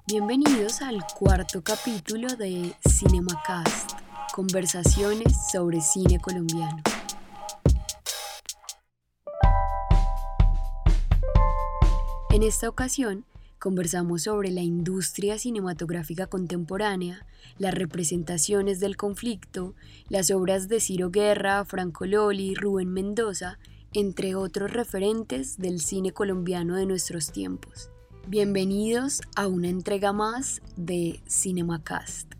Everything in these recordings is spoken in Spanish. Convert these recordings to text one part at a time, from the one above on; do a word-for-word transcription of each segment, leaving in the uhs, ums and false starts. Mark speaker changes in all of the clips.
Speaker 1: Bienvenidos al cuarto capítulo de CinemaCast, conversaciones sobre cine colombiano. En esta ocasión, conversamos sobre la industria cinematográfica contemporánea, las representaciones del conflicto, las obras de Ciro Guerra, Franco Loli, Rubén Mendoza, entre otros referentes del cine colombiano de nuestros tiempos. Bienvenidos a una entrega más de CinemaCast.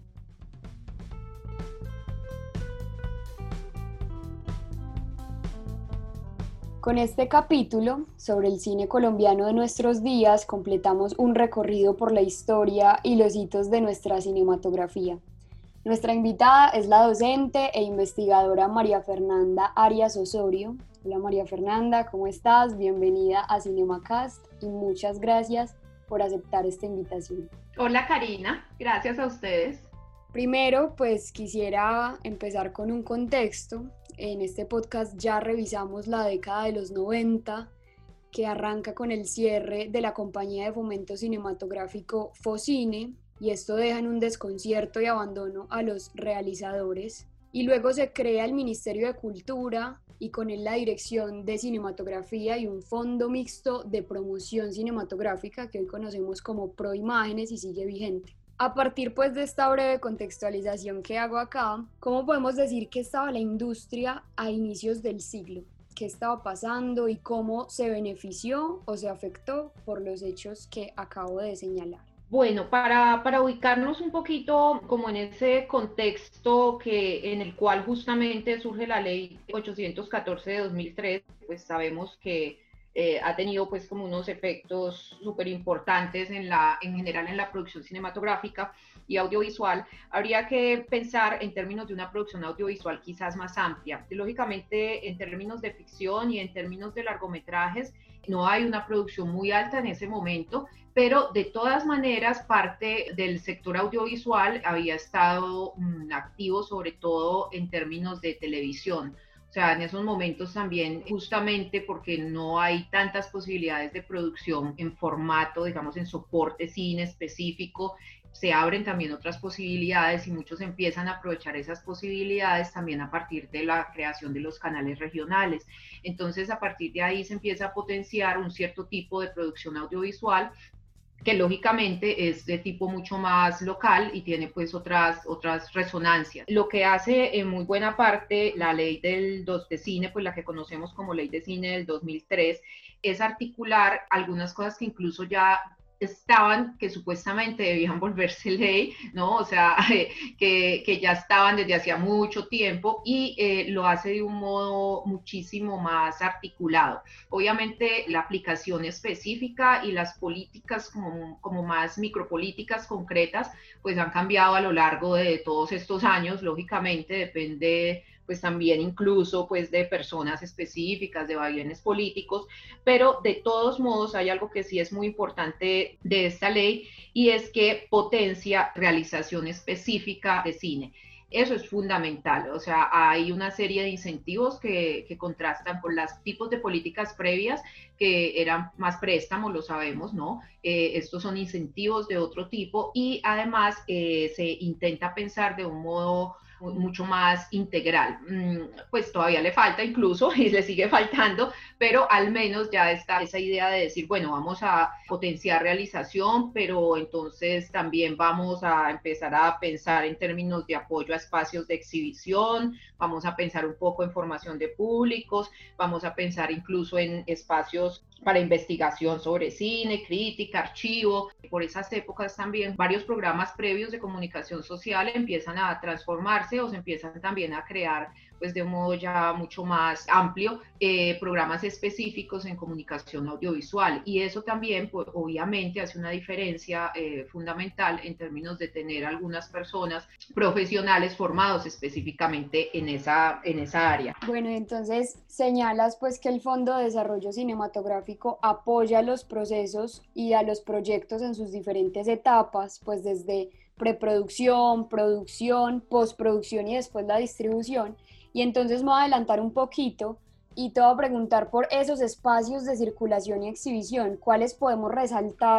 Speaker 1: Con este capítulo sobre el cine colombiano de nuestros días completamos un recorrido por la historia y los hitos de nuestra cinematografía. Nuestra invitada es la docente e investigadora María Fernanda Arias Osorio. Hola María Fernanda, ¿cómo estás? Bienvenida a CinemaCast y muchas gracias por aceptar esta invitación.
Speaker 2: Hola Karina, gracias a ustedes.
Speaker 1: Primero, pues quisiera empezar con un contexto. En este podcast ya revisamos la década de los noventa, que arranca con el cierre de la compañía de fomento cinematográfico Focine, y esto deja en un desconcierto y abandono a los realizadores. Y luego se crea el Ministerio de Cultura y con él la Dirección de Cinematografía y un fondo mixto de promoción cinematográfica que hoy conocemos como Proimágenes y sigue vigente. A partir pues de esta breve contextualización que hago acá, ¿cómo podemos decir que estaba la industria a inicios del siglo? ¿Qué estaba pasando y cómo se benefició o se afectó por los hechos que acabo de señalar?
Speaker 2: Bueno, para, para ubicarnos un poquito como en ese contexto que, en el cual justamente surge la ley ochocientos catorce de dos mil tres, pues sabemos que eh, ha tenido pues como unos efectos súper importantes en, la, en general en la producción cinematográfica y audiovisual. Habría que pensar en términos de una producción audiovisual quizás más amplia. Lógicamente, en términos de ficción y en términos de largometrajes, no hay una producción muy alta en ese momento, pero de todas maneras parte del sector audiovisual había estado um, activo sobre todo en términos de televisión. O sea, en esos momentos también, justamente porque no hay tantas posibilidades de producción en formato, digamos, en soporte cine específico, se abren también otras posibilidades y muchos empiezan a aprovechar esas posibilidades también a partir de la creación de los canales regionales. Entonces, a partir de ahí se empieza a potenciar un cierto tipo de producción audiovisual que lógicamente es de tipo mucho más local y tiene pues otras, otras resonancias. Lo que hace en muy buena parte la ley del dos de cine, pues la que conocemos como ley de cine del dos mil tres, es articular algunas cosas que incluso ya estaban, que supuestamente debían volverse ley, ¿no? O sea, eh, que, que ya estaban desde hacía mucho tiempo y eh, lo hace de un modo muchísimo más articulado. Obviamente la aplicación específica y las políticas como, como más micropolíticas concretas, pues han cambiado a lo largo de todos estos años, lógicamente depende pues también incluso pues de personas específicas, de vaivenes políticos, pero de todos modos hay algo que sí es muy importante de esta ley y es que potencia realización específica de cine. Eso es fundamental, o sea, hay una serie de incentivos que, que contrastan con los tipos de políticas previas que eran más préstamos, lo sabemos, ¿no? Eh, estos son incentivos de otro tipo y además eh, se intenta pensar de un modo mucho más integral. Pues todavía le falta incluso y le sigue faltando, pero al menos ya está esa idea de decir, bueno, vamos a potenciar realización, pero entonces también vamos a empezar a pensar en términos de apoyo a espacios de exhibición, vamos a pensar un poco en formación de públicos, vamos a pensar incluso en espacios para investigación sobre cine, crítica, archivo. Por esas épocas también varios programas previos de comunicación social empiezan a transformarse o se empiezan también a crear pues de un modo ya mucho más amplio, eh, programas específicos en comunicación audiovisual y eso también pues obviamente hace una diferencia eh, fundamental en términos de tener algunas personas profesionales formados específicamente en esa, en esa área.
Speaker 1: Bueno, entonces señalas pues que el Fondo de Desarrollo Cinematográfico apoya los procesos y a los proyectos en sus diferentes etapas, pues desde preproducción, producción, postproducción y después la distribución. Y entonces me voy a adelantar un poquito y te voy a preguntar por esos espacios de circulación y exhibición, ¿cuáles podemos resaltar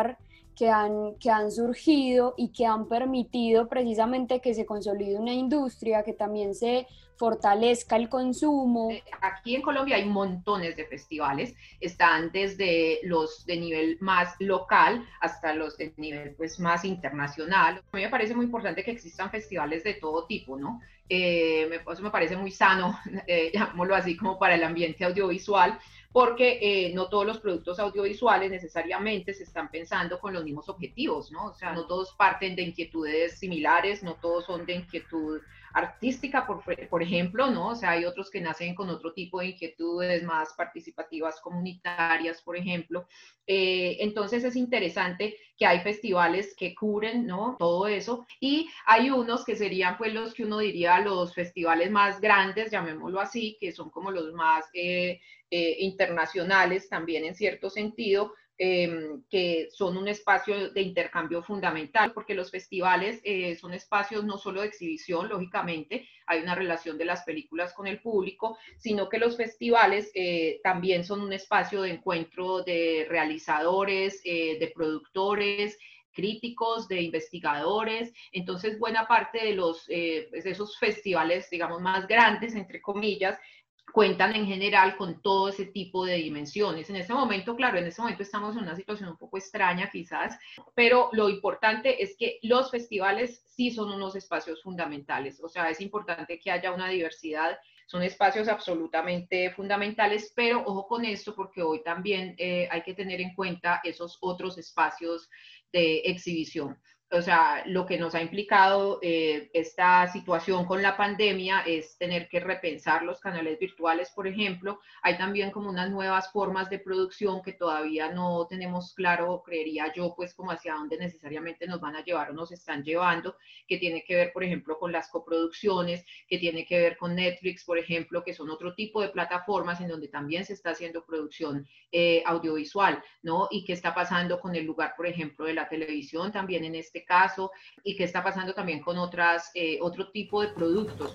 Speaker 1: que han, que han surgido y que han permitido precisamente que se consolide una industria, que también se fortalezca el consumo.
Speaker 2: Aquí en Colombia hay montones de festivales, están desde los de nivel más local hasta los de nivel pues más internacional. A mí me parece muy importante que existan festivales de todo tipo, ¿no? Eh, me, eso me parece muy sano, eh, llamémoslo así, como para el ambiente audiovisual, porque eh, no todos los productos audiovisuales necesariamente se están pensando con los mismos objetivos, ¿no? O sea, no todos parten de inquietudes similares, no todos son de inquietud artística, por, por ejemplo, ¿no? O sea, hay otros que nacen con otro tipo de inquietudes más participativas, comunitarias, por ejemplo. Eh, entonces es interesante que hay festivales que cubren, ¿no? Todo eso, y hay unos que serían pues los que uno diría los festivales más grandes, llamémoslo así, que son como los más eh, eh, internacionales también en cierto sentido, Eh, que son un espacio de intercambio fundamental, porque los festivales eh, son espacios no solo de exhibición, lógicamente, hay una relación de las películas con el público, sino que los festivales eh, también son un espacio de encuentro de realizadores, eh, de productores, críticos, de investigadores. Entonces, buena parte de, los, eh, de esos festivales, digamos, más grandes, entre comillas, cuentan en general con todo ese tipo de dimensiones. En este momento, claro, en este momento estamos en una situación un poco extraña quizás, pero lo importante es que los festivales sí son unos espacios fundamentales, o sea, es importante que haya una diversidad, son espacios absolutamente fundamentales, pero ojo con esto porque hoy también eh, hay que tener en cuenta esos otros espacios de exhibición. O sea, lo que nos ha implicado eh, esta situación con la pandemia es tener que repensar los canales virtuales, por ejemplo. Hay también como unas nuevas formas de producción que todavía no tenemos claro, creería yo, pues como hacia dónde necesariamente nos van a llevar o nos están llevando, que tiene que ver, por ejemplo, con las coproducciones, que tiene que ver con Netflix, por ejemplo, que son otro tipo de plataformas en donde también se está haciendo producción eh, audiovisual, ¿no? Y qué está pasando con el lugar, por ejemplo, de la televisión también en este caso, y qué está pasando también con otras, eh, otro tipo de productos.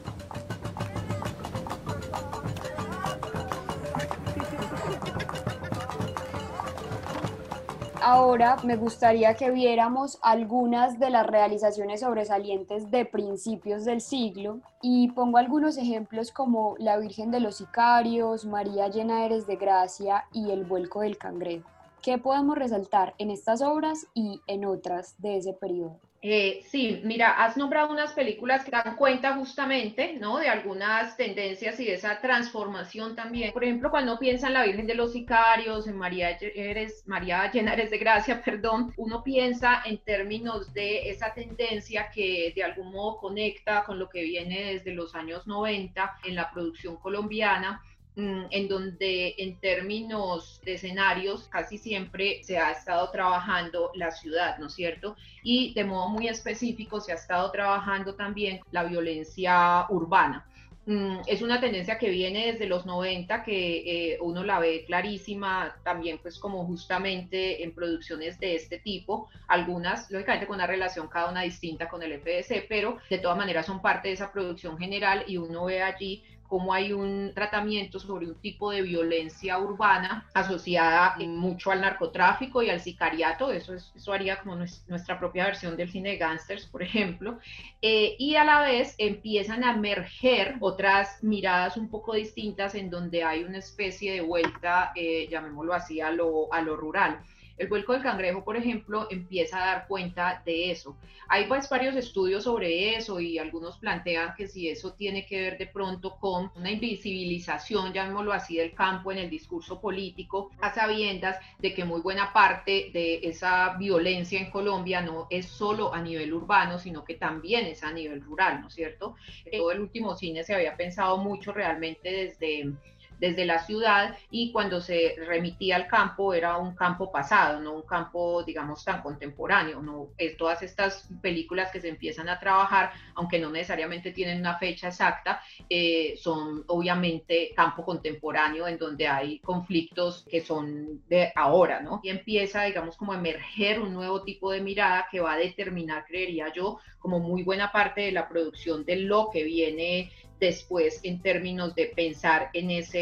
Speaker 1: Ahora me gustaría que viéramos algunas de las realizaciones sobresalientes de principios del siglo y pongo algunos ejemplos como La Virgen de los Sicarios, María llena eres de gracia y El vuelco del cangrejo. ¿Qué podemos resaltar en estas obras y en otras de ese periodo?
Speaker 2: Eh, sí, mira, has nombrado unas películas que dan cuenta justamente, ¿no? De algunas tendencias y de esa transformación también. Por ejemplo, cuando piensa en la Virgen de los Sicarios, en María, eres, María llena eres de gracia, perdón, uno piensa en términos de esa tendencia que de algún modo conecta con lo que viene desde los años noventa en la producción colombiana, en donde en términos de escenarios casi siempre se ha estado trabajando la ciudad, ¿no es cierto? Y de modo muy específico se ha estado trabajando también la violencia urbana. Es una tendencia que viene desde los noventa, que eh, uno la ve clarísima también pues como justamente en producciones de este tipo, algunas lógicamente con una relación cada una distinta con el F D C, pero de todas maneras son parte de esa producción general y uno ve allí cómo hay un tratamiento sobre un tipo de violencia urbana asociada mucho al narcotráfico y al sicariato, eso, es, eso haría como nuestra propia versión del cine de gángsters, por ejemplo, eh, y a la vez empiezan a emerger otras miradas un poco distintas en donde hay una especie de vuelta, eh, llamémoslo así, a lo, a lo rural. El vuelco del cangrejo, por ejemplo, empieza a dar cuenta de eso. Hay pues varios estudios sobre eso y algunos plantean que si eso tiene que ver de pronto con una invisibilización, llamémoslo así, del campo en el discurso político, a sabiendas de que muy buena parte de esa violencia en Colombia no es solo a nivel urbano, sino que también es a nivel rural, ¿no es cierto? Todo el último cine se había pensado mucho realmente desde... desde la ciudad, y cuando se remitía al campo era un campo pasado, no un campo, digamos, tan contemporáneo. No, es todas estas películas que se empiezan a trabajar, aunque no necesariamente tienen una fecha exacta, eh, son obviamente campo contemporáneo en donde hay conflictos que son de ahora, ¿no? Y empieza, digamos, como a emerger un nuevo tipo de mirada que va a determinar, creería yo, como muy buena parte de la producción de lo que viene después en términos de pensar en ese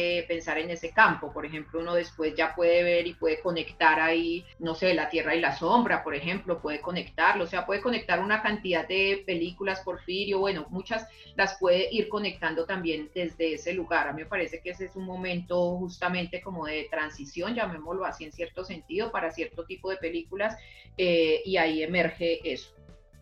Speaker 2: ese, pensar en ese campo. Por ejemplo, uno después ya puede ver y puede conectar ahí, no sé, La Tierra y la Sombra, por ejemplo, puede conectarlo, o sea, puede conectar una cantidad de películas, Porfirio, bueno, muchas las puede ir conectando también desde ese lugar. A mí me parece que ese es un momento justamente como de transición, llamémoslo así en cierto sentido, para cierto tipo de películas, eh, y ahí emerge eso.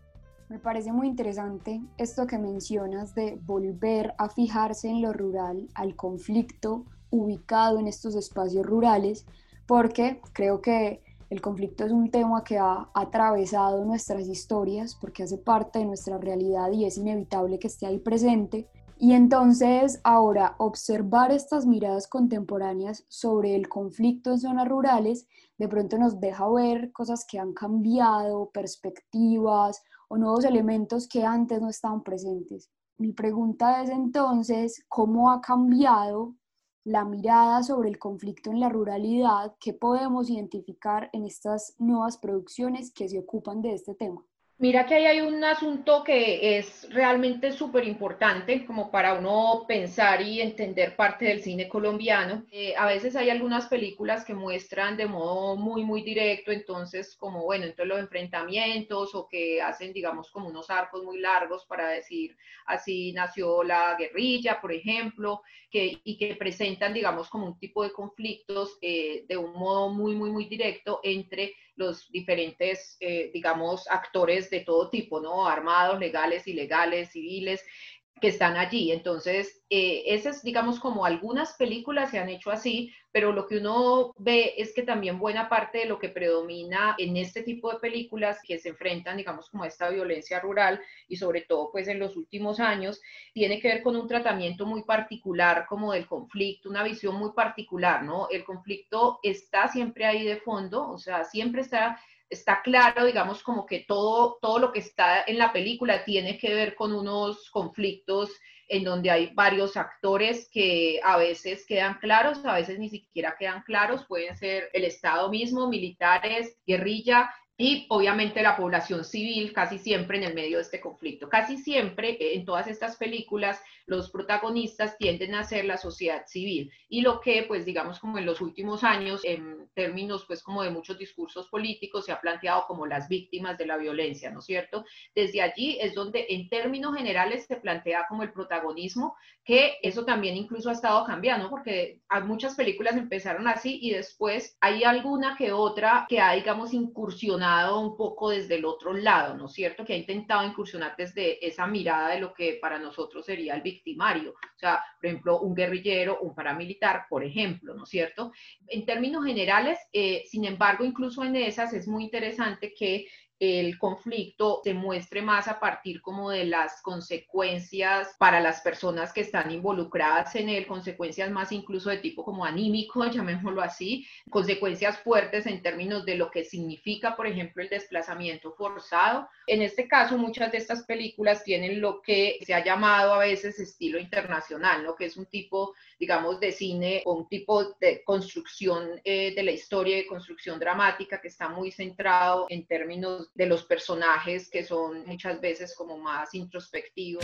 Speaker 1: Me parece muy interesante esto que mencionas de volver a fijarse en lo rural, al conflicto ubicado en estos espacios rurales, porque creo que el conflicto es un tema que ha atravesado nuestras historias, porque hace parte de nuestra realidad y es inevitable que esté ahí presente. Y entonces ahora observar estas miradas contemporáneas sobre el conflicto en zonas rurales de pronto nos deja ver cosas que han cambiado, perspectivas o nuevos elementos que antes no estaban presentes. Mi pregunta es entonces, ¿cómo ha cambiado la mirada sobre el conflicto en la ruralidad? ¿Qué podemos identificar en estas nuevas producciones que se ocupan de este tema?
Speaker 2: Mira que ahí hay un asunto que es realmente súper importante como para uno pensar y entender parte del cine colombiano. Eh, a veces hay algunas películas que muestran de modo muy, muy directo, entonces como, bueno, entonces los enfrentamientos o que hacen, digamos, como unos arcos muy largos para decir, así nació la guerrilla, por ejemplo, que, y que presentan, digamos, como un tipo de conflictos eh, de un modo muy, muy, muy directo entre los diferentes, eh, digamos, actores de todo tipo, ¿no? Armados, legales, ilegales, civiles, que están allí. Entonces, eh, esas, digamos, como algunas películas se han hecho así, pero lo que uno ve es que también buena parte de lo que predomina en este tipo de películas que se enfrentan, digamos, como a esta violencia rural y sobre todo, pues, en los últimos años, tiene que ver con un tratamiento muy particular como del conflicto, una visión muy particular, ¿no? El conflicto está siempre ahí de fondo, o sea, siempre está está claro, digamos, como que todo, todo lo que está en la película tiene que ver con unos conflictos en donde hay varios actores que a veces quedan claros, a veces ni siquiera quedan claros, pueden ser el Estado mismo, militares, guerrilla, y obviamente la población civil casi siempre en el medio de este conflicto. Casi siempre en todas estas películas los protagonistas tienden a ser la sociedad civil y lo que pues digamos como en los últimos años en términos pues como de muchos discursos políticos se ha planteado como las víctimas de la violencia, ¿no es cierto? Desde allí es donde en términos generales se plantea como el protagonismo, que eso también incluso ha estado cambiando porque muchas películas empezaron así y después hay alguna que otra que ha digamos incursionado un poco desde el otro lado, ¿no es cierto? Que ha intentado incursionar desde esa mirada de lo que para nosotros sería el victimario. O sea, por ejemplo, un guerrillero, un paramilitar, por ejemplo, ¿no es cierto? En términos generales, eh, sin embargo, incluso en esas es muy interesante que el conflicto se muestre más a partir como de las consecuencias para las personas que están involucradas en él, consecuencias más incluso de tipo como anímico, llamémoslo así, consecuencias fuertes en términos de lo que significa, por ejemplo, el desplazamiento forzado. En este caso, muchas de estas películas tienen lo que se ha llamado a veces estilo internacional, ¿no? Que es un tipo, digamos, de cine o un tipo de construcción eh, de la historia, de construcción dramática que está muy centrado en términos de los personajes que son muchas veces como más introspectivos.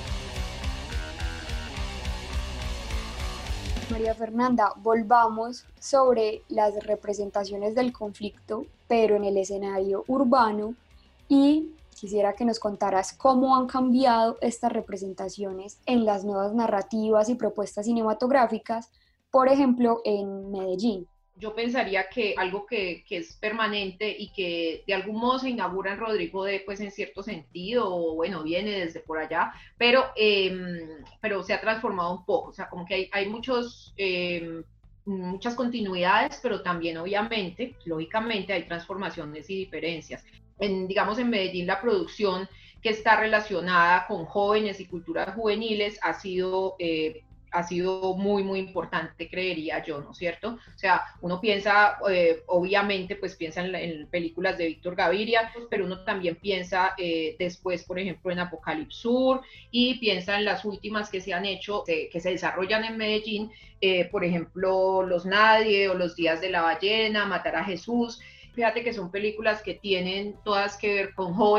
Speaker 1: María Fernanda, volvamos sobre las representaciones del conflicto, pero en el escenario urbano, y quisiera que nos contaras cómo han cambiado estas representaciones en las nuevas narrativas y propuestas cinematográficas, por ejemplo, en Medellín.
Speaker 2: Yo pensaría que algo que, que, es permanente y que de algún modo se inaugura en Rodrigo de, pues en cierto sentido, o bueno, viene desde por allá, pero, eh, pero se ha transformado un poco, o sea, como que hay, hay muchos, eh, muchas continuidades, pero también obviamente, lógicamente hay transformaciones y diferencias. En, digamos, en Medellín la producción que está relacionada con jóvenes y culturas juveniles ha sido... Eh, ha sido muy, muy importante, creería yo, ¿no es cierto? O sea, uno piensa, eh, obviamente, pues piensa en, en, películas de Víctor Gaviria, pero uno también piensa eh, después, por ejemplo, en Apocalipsur y piensa en las últimas que se han hecho, eh, que se desarrollan en Medellín, eh, por ejemplo, Los Nadie o Los Días de la Ballena, Matar a Jesús. Fíjate que son películas que tienen todas que ver con jóvenes,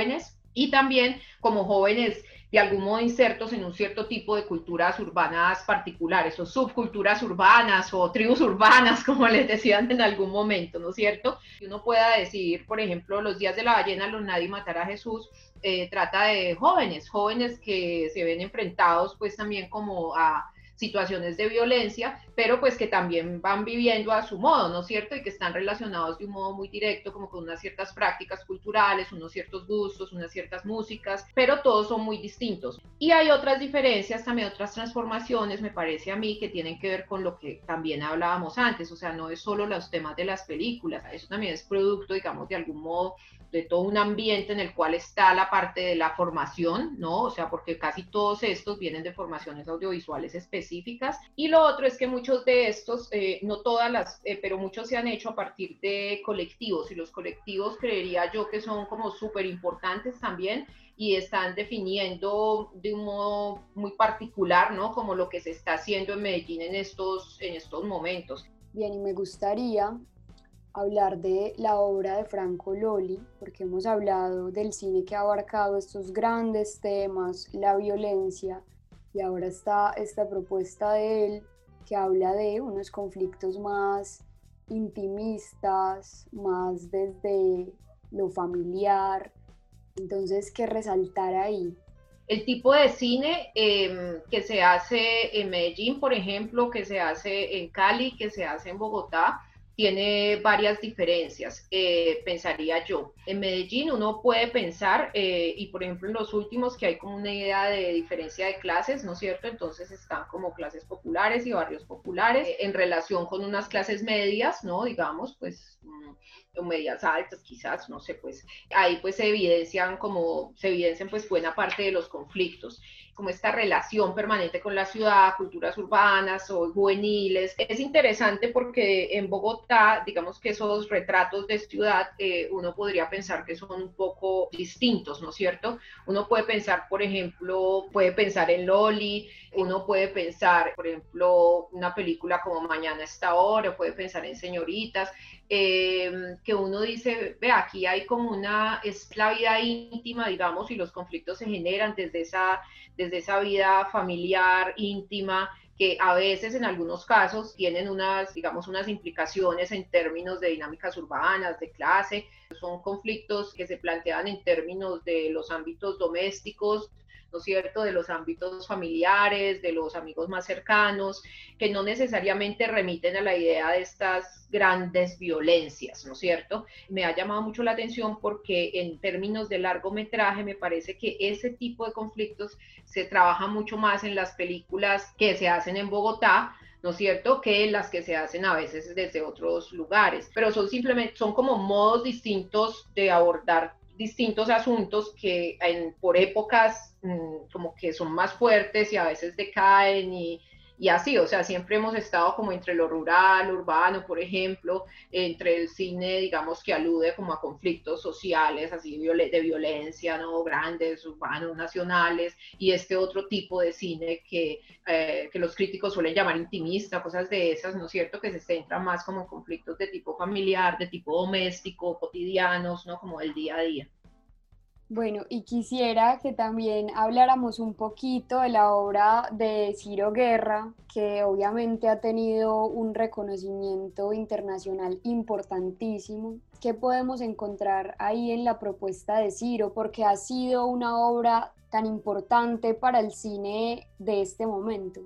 Speaker 2: y también como jóvenes de algún modo insertos en un cierto tipo de culturas urbanas particulares o subculturas urbanas o tribus urbanas, como les decían en algún momento, ¿no es cierto? Y uno pueda decidir, por ejemplo, Los días de la ballena, Los nadie matará a Jesús, eh, trata de jóvenes, jóvenes que se ven enfrentados pues también como a situaciones de violencia, pero pues que también van viviendo a su modo, ¿no es cierto? Y que están relacionados de un modo muy directo, como con unas ciertas prácticas culturales, unos ciertos gustos, unas ciertas músicas, pero todos son muy distintos. Y hay otras diferencias, también otras transformaciones, me parece a mí, que tienen que ver con lo que también hablábamos antes, o sea, no es solo los temas de las películas, eso también es producto, digamos, de algún modo de todo un ambiente en el cual está la parte de la formación, ¿no? O sea, porque casi todos estos vienen de formaciones audiovisuales específicas. Y lo otro es que muchos de estos, eh, no todas las, eh, pero muchos se han hecho a partir de colectivos, y los colectivos creería yo que son como súper importantes también, y están definiendo de un modo muy particular, ¿no? Como lo que se está haciendo en Medellín en estos, en estos momentos.
Speaker 1: Bien, y me gustaría hablar de la obra de Franco Loli, porque hemos hablado del cine que ha abarcado estos grandes temas, la violencia, y ahora está esta propuesta de él que habla de unos conflictos más intimistas, más desde lo familiar. Entonces, ¿qué resaltar ahí?
Speaker 2: El tipo de cine eh, que se hace en Medellín, por ejemplo, que se hace en Cali, que se hace en Bogotá, tiene varias diferencias, eh, pensaría yo. En Medellín uno puede pensar, eh, y por ejemplo en los últimos que hay como una idea de diferencia de clases, ¿no es cierto? Entonces están como clases populares y barrios populares eh, en relación con unas clases medias, ¿no? Digamos, pues o medias altas quizás, no sé, pues ahí pues se evidencian como, se evidencian pues buena parte de los conflictos, como esta relación permanente con la ciudad, culturas urbanas o juveniles. Es interesante porque en Bogotá, digamos que esos retratos de ciudad, eh, uno podría pensar que son un poco distintos, ¿no es cierto? Uno puede pensar, por ejemplo, puede pensar en Loli, uno puede pensar, por ejemplo, una película como Mañana a esta hora, puede pensar en Señoritas, eh, que uno dice, ve, aquí hay como una, es la vida íntima, digamos, y los conflictos se generan desde esa, desde esa vida familiar, íntima, que a veces en algunos casos tienen unas, digamos, unas implicaciones en términos de dinámicas urbanas, de clase, son conflictos que se plantean en términos de los ámbitos domésticos, ¿no es cierto?, de los ámbitos familiares, de los amigos más cercanos, que no necesariamente remiten a la idea de estas grandes violencias, ¿no es cierto? Me ha llamado mucho la atención porque en términos de largometraje me parece que ese tipo de conflictos se trabaja mucho más en las películas que se hacen en Bogotá, ¿no es cierto?, que las que se hacen a veces desde otros lugares, pero son simplemente, son como modos distintos de abordar distintos asuntos que en, por épocas mmm, como que son más fuertes y a veces decaen y, y así, o sea, siempre hemos estado como entre lo rural, urbano, por ejemplo, entre el cine, digamos, que alude como a conflictos sociales, así de violencia, ¿no?, grandes, urbanos, nacionales, y este otro tipo de cine que, eh, que los críticos suelen llamar intimista, cosas de esas, ¿no es cierto?, que se centra más como en conflictos de tipo familiar, de tipo doméstico, cotidianos, ¿no?, como del día a día.
Speaker 1: Bueno, y quisiera que también habláramos un poquito de la obra de Ciro Guerra, que obviamente ha tenido un reconocimiento internacional importantísimo. ¿Qué podemos encontrar ahí en la propuesta de Ciro? Porque ha sido una obra tan importante para el cine de este momento.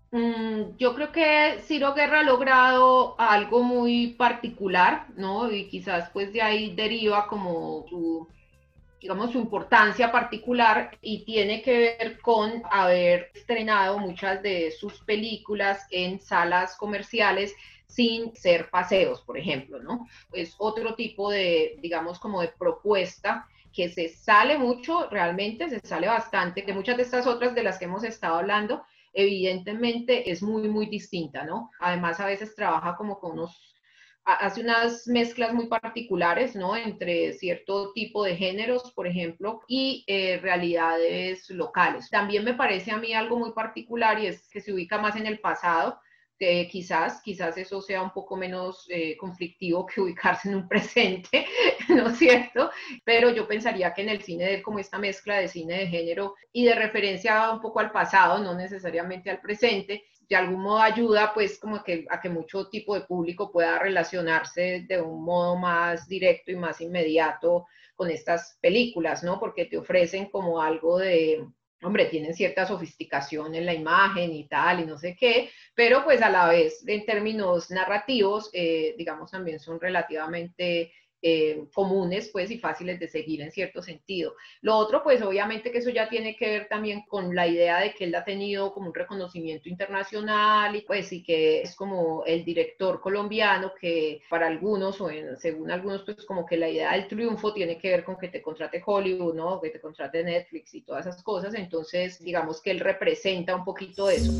Speaker 2: Mm, yo creo que Ciro Guerra ha logrado algo muy particular, ¿no? Y quizás pues de ahí deriva como su, digamos, su importancia particular, y tiene que ver con haber estrenado muchas de sus películas en salas comerciales sin ser paseos, por ejemplo, ¿no? Es otro tipo de, digamos, como de propuesta que se sale mucho, realmente se sale bastante, de muchas de estas otras de las que hemos estado hablando, evidentemente es muy, muy distinta, ¿no? Además, a veces trabaja como con unos hace unas mezclas muy particulares, ¿no?, entre cierto tipo de géneros, por ejemplo, y eh, realidades locales. También me parece a mí algo muy particular, y es que se ubica más en el pasado, Eh, quizás, quizás eso sea un poco menos eh, conflictivo que ubicarse en un presente, ¿no es cierto? Pero yo pensaría que en el cine de él, como esta mezcla de cine de género y de referencia un poco al pasado, no necesariamente al presente, de algún modo ayuda pues como que, a que mucho tipo de público pueda relacionarse de un modo más directo y más inmediato con estas películas, ¿no? Porque te ofrecen como algo de, hombre, tienen cierta sofisticación en la imagen y tal, y no sé qué, pero pues a la vez en términos narrativos, eh, digamos, también son relativamente eh, comunes pues y fáciles de seguir en cierto sentido. Lo otro pues obviamente que eso ya tiene que ver también con la idea de que él ha tenido como un reconocimiento internacional y pues y que es como el director colombiano que para algunos o en, según algunos pues como que la idea del triunfo tiene que ver con que te contrate Hollywood, ¿no? Que te contrate Netflix y todas esas cosas, entonces digamos que él representa un poquito eso.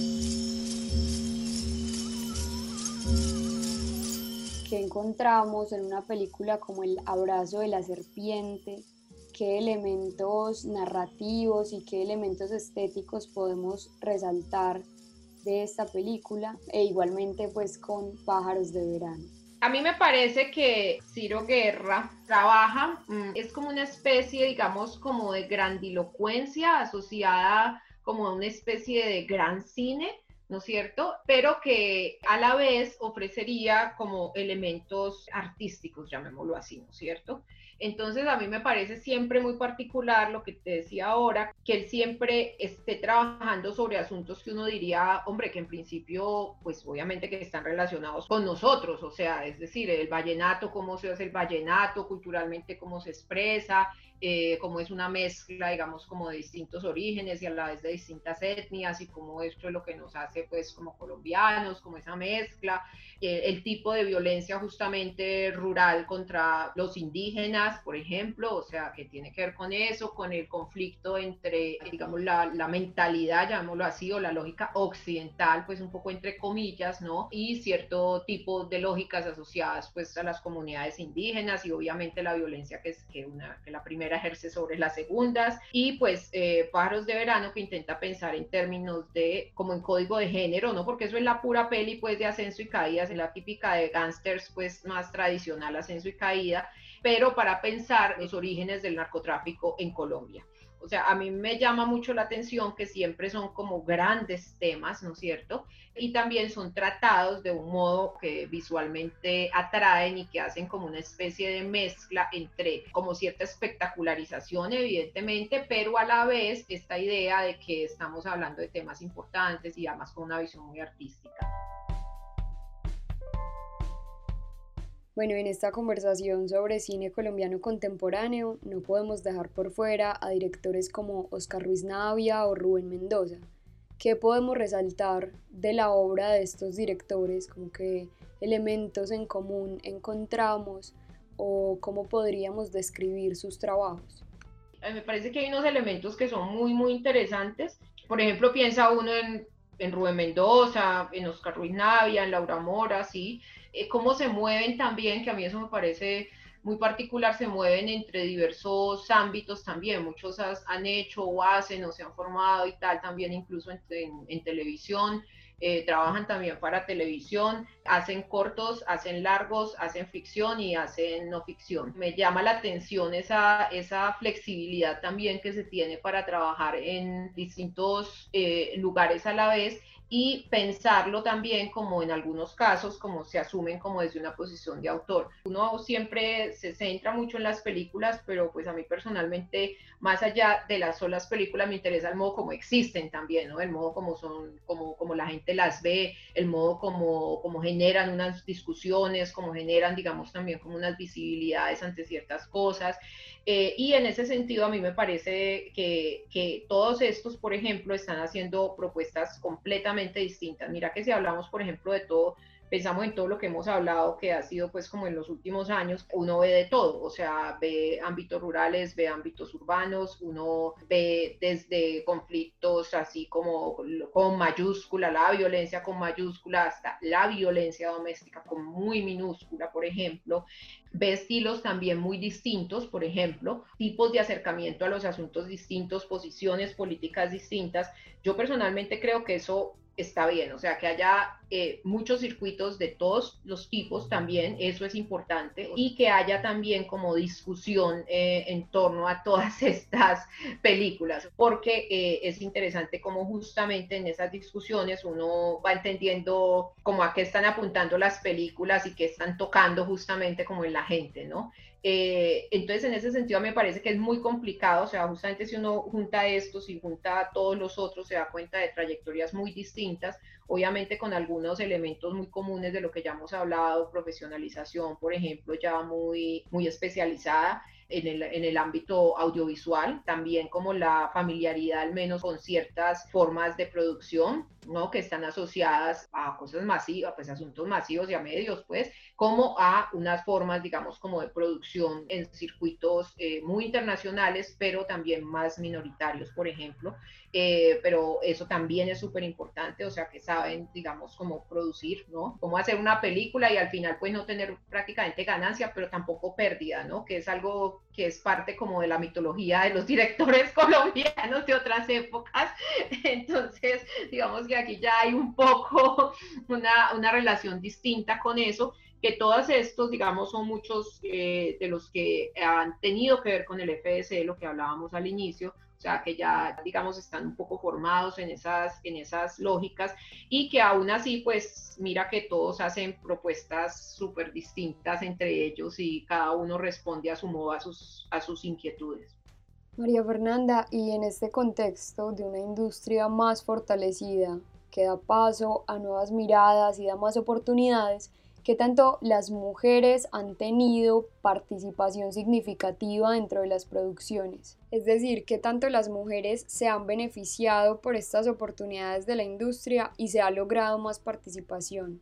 Speaker 1: ¿Qué encontramos en una película como El abrazo de la serpiente? ¿Qué elementos narrativos y qué elementos estéticos podemos resaltar de esta película? E igualmente pues con Pájaros de Verano.
Speaker 2: A mí me parece que Ciro Guerra trabaja, es como una especie, digamos, como de grandilocuencia asociada como a una especie de gran cine, ¿no es cierto? Pero que a la vez ofrecería como elementos artísticos, llamémoslo así, ¿no es cierto? Entonces a mí me parece siempre muy particular lo que te decía ahora, que él siempre esté trabajando sobre asuntos que uno diría, hombre, que en principio, pues obviamente que están relacionados con nosotros, o sea, es decir, el vallenato, cómo se hace el vallenato, culturalmente cómo se expresa, eh, cómo es una mezcla, digamos, como de distintos orígenes y a la vez de distintas etnias y cómo esto es lo que nos hace, pues, como colombianos, como esa mezcla, eh, el tipo de violencia justamente rural contra los indígenas, por ejemplo, o sea, que tiene que ver con eso, con el conflicto entre, digamos, la, la mentalidad, llamémoslo así, o la lógica occidental, pues un poco entre comillas, ¿no? Y cierto tipo de lógicas asociadas, pues, a las comunidades indígenas y obviamente la violencia que, es, que, una, que la primera ejerce sobre las segundas, y pues eh, Pájaros de Verano, que intenta pensar en términos de, como en código de género, ¿no? Porque eso es la pura peli, pues, de ascenso y caída, es la típica de gángsters, pues, más tradicional, ascenso y caída, pero para pensar los orígenes del narcotráfico en Colombia. O sea, a mí me llama mucho la atención que siempre son como grandes temas, ¿no es cierto? Y también son tratados de un modo que visualmente atraen y que hacen como una especie de mezcla entre como cierta espectacularización, evidentemente, pero a la vez esta idea de que estamos hablando de temas importantes y además con una visión muy artística.
Speaker 1: Bueno, en esta conversación sobre cine colombiano contemporáneo no podemos dejar por fuera a directores como Oscar Ruiz Navia o Rubén Mendoza. ¿Qué podemos resaltar de la obra de estos directores? Como que elementos en común encontramos o cómo podríamos describir sus trabajos.
Speaker 2: Me parece que hay unos elementos que son muy, muy interesantes. Por ejemplo, piensa uno en, en Rubén Mendoza, en Oscar Ruiz Navia, en Laura Mora, ¿sí? Eh, cómo se mueven también, que a mí eso me parece muy particular, se mueven entre diversos ámbitos también. Muchos has, han hecho o hacen o se han formado y tal, también incluso en, en, en televisión. Eh, trabajan también para televisión, hacen cortos, hacen largos, hacen ficción y hacen no ficción. Me llama la atención esa, esa flexibilidad también que se tiene para trabajar en distintos eh, lugares a la vez y pensarlo también como en algunos casos, como se asumen como desde una posición de autor. Uno siempre se centra mucho en las películas, pero pues a mí personalmente, más allá de las solas películas, me interesa el modo como existen también, ¿no? El modo como son, como, como la gente las ve, el modo como, como generan unas discusiones, como generan, digamos, también como unas visibilidades ante ciertas cosas. Eh, y en ese sentido a mí me parece que, que todos estos, por ejemplo, están haciendo propuestas completamente distintas. Mira que si hablamos, por ejemplo, de todo, pensamos en todo lo que hemos hablado, que ha sido pues como en los últimos años, uno ve de todo, o sea, ve ámbitos rurales, ve ámbitos urbanos, uno ve desde conflictos así como con mayúscula, la violencia con mayúscula, hasta la violencia doméstica con muy minúscula, por ejemplo. Ve estilos también muy distintos, por ejemplo, tipos de acercamiento a los asuntos distintos, posiciones políticas distintas. Yo personalmente creo que eso está bien, o sea, que haya eh, muchos circuitos de todos los tipos también, eso es importante, y que haya también como discusión eh, en torno a todas estas películas, porque eh, es interesante como justamente en esas discusiones uno va entendiendo como a qué están apuntando las películas y qué están tocando justamente como en la gente, ¿no? Eh, entonces, en ese sentido, me parece que es muy complicado, o sea, justamente si uno junta estos y junta a todos los otros, se da cuenta de trayectorias muy distintas, obviamente con algunos elementos muy comunes de lo que ya hemos hablado, profesionalización, por ejemplo, ya muy, muy especializada en el, en el ámbito audiovisual, también como la familiaridad al menos con ciertas formas de producción, ¿no? Que están asociadas a cosas masivas, pues asuntos masivos y a medios, pues, como a unas formas, digamos, como de producción en circuitos eh, muy internacionales, pero también más minoritarios, por ejemplo. Eh, pero eso también es súper importante, o sea, que saben, digamos, cómo producir, ¿no? Cómo hacer una película y al final, pues, no tener prácticamente ganancia, pero tampoco pérdida, ¿no? Que es algo que es parte como de la mitología de los directores colombianos de otras épocas. Entonces, digamos que aquí ya hay un poco una, una relación distinta con eso, que todos estos, digamos, son muchos eh, de los que han tenido que ver con el F S, lo que hablábamos al inicio, o sea, que ya, digamos, están un poco formados en esas, en esas lógicas y que aún así, pues, mira que todos hacen propuestas súper distintas entre ellos y cada uno responde a su modo a sus, a sus inquietudes.
Speaker 1: María Fernanda, y en este contexto de una industria más fortalecida, que da paso a nuevas miradas y da más oportunidades, ¿qué tanto las mujeres han tenido participación significativa dentro de las producciones? Es decir, ¿qué tanto las mujeres se han beneficiado por estas oportunidades de la industria y se ha logrado más participación?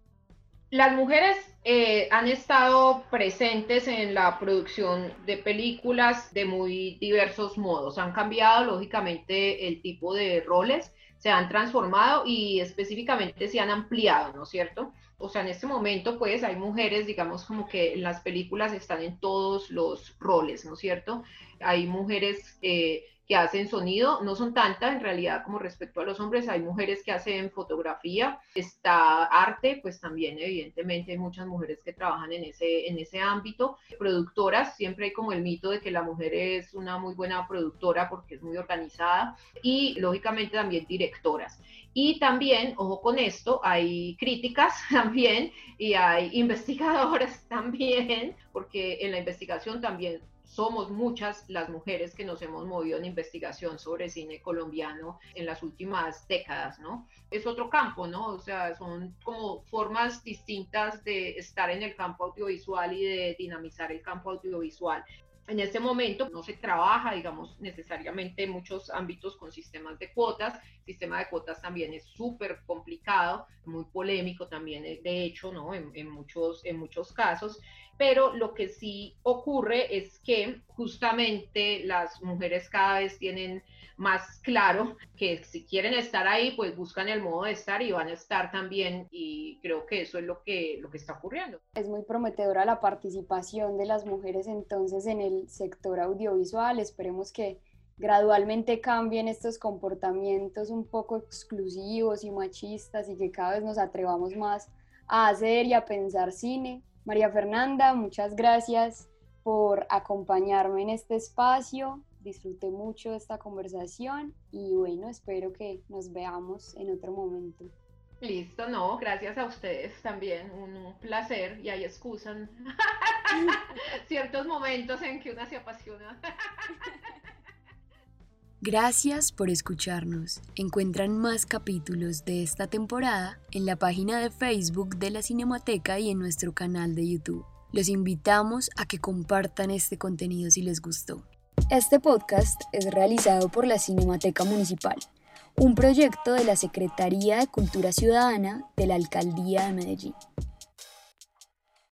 Speaker 2: Las mujeres eh, han estado presentes en la producción de películas de muy diversos modos. Han cambiado, lógicamente, el tipo de roles, se han transformado y específicamente se han ampliado, ¿no es cierto? O sea, en este momento, pues, hay mujeres, digamos, como que en las películas están en todos los roles, ¿no es cierto? Hay mujeres eh, que hacen sonido, no son tantas en realidad como respecto a los hombres, hay mujeres que hacen fotografía, está arte, pues también evidentemente hay muchas mujeres que trabajan en ese, en ese ámbito, productoras, siempre hay como el mito de que la mujer es una muy buena productora porque es muy organizada y lógicamente también directoras. Y también, ojo con esto, hay críticas también y hay investigadoras también, porque en la investigación también somos muchas las mujeres que nos hemos movido en investigación sobre cine colombiano en las últimas décadas, ¿no? Es otro campo, ¿no? O sea, son como formas distintas de estar en el campo audiovisual y de dinamizar el campo audiovisual. En este momento no se trabaja, digamos, necesariamente en muchos ámbitos con sistemas de cuotas. El sistema de cuotas también es súper complicado, muy polémico también, de hecho, ¿no? En, en, muchos, en muchos casos. Pero lo que sí ocurre es que justamente las mujeres cada vez tienen más claro que si quieren estar ahí, pues buscan el modo de estar y van a estar también, y creo que eso es lo que, lo que está ocurriendo.
Speaker 1: Es muy prometedora la participación de las mujeres entonces en el sector audiovisual. Esperemos que gradualmente cambien estos comportamientos un poco exclusivos y machistas y que cada vez nos atrevamos más a hacer y a pensar cine. María Fernanda, muchas gracias por acompañarme en este espacio. Disfruté mucho de esta conversación y bueno, espero que nos veamos en otro momento.
Speaker 2: Listo, no, gracias a ustedes también, un placer, y ahí excusan ciertos momentos en que una se apasiona.
Speaker 3: Gracias por escucharnos. Encuentran más capítulos de esta temporada en la página de Facebook de la Cinemateca y en nuestro canal de YouTube. Los invitamos a que compartan este contenido si les gustó. Este podcast es realizado por la Cinemateca Municipal, un proyecto de la Secretaría de Cultura Ciudadana de la Alcaldía de Medellín.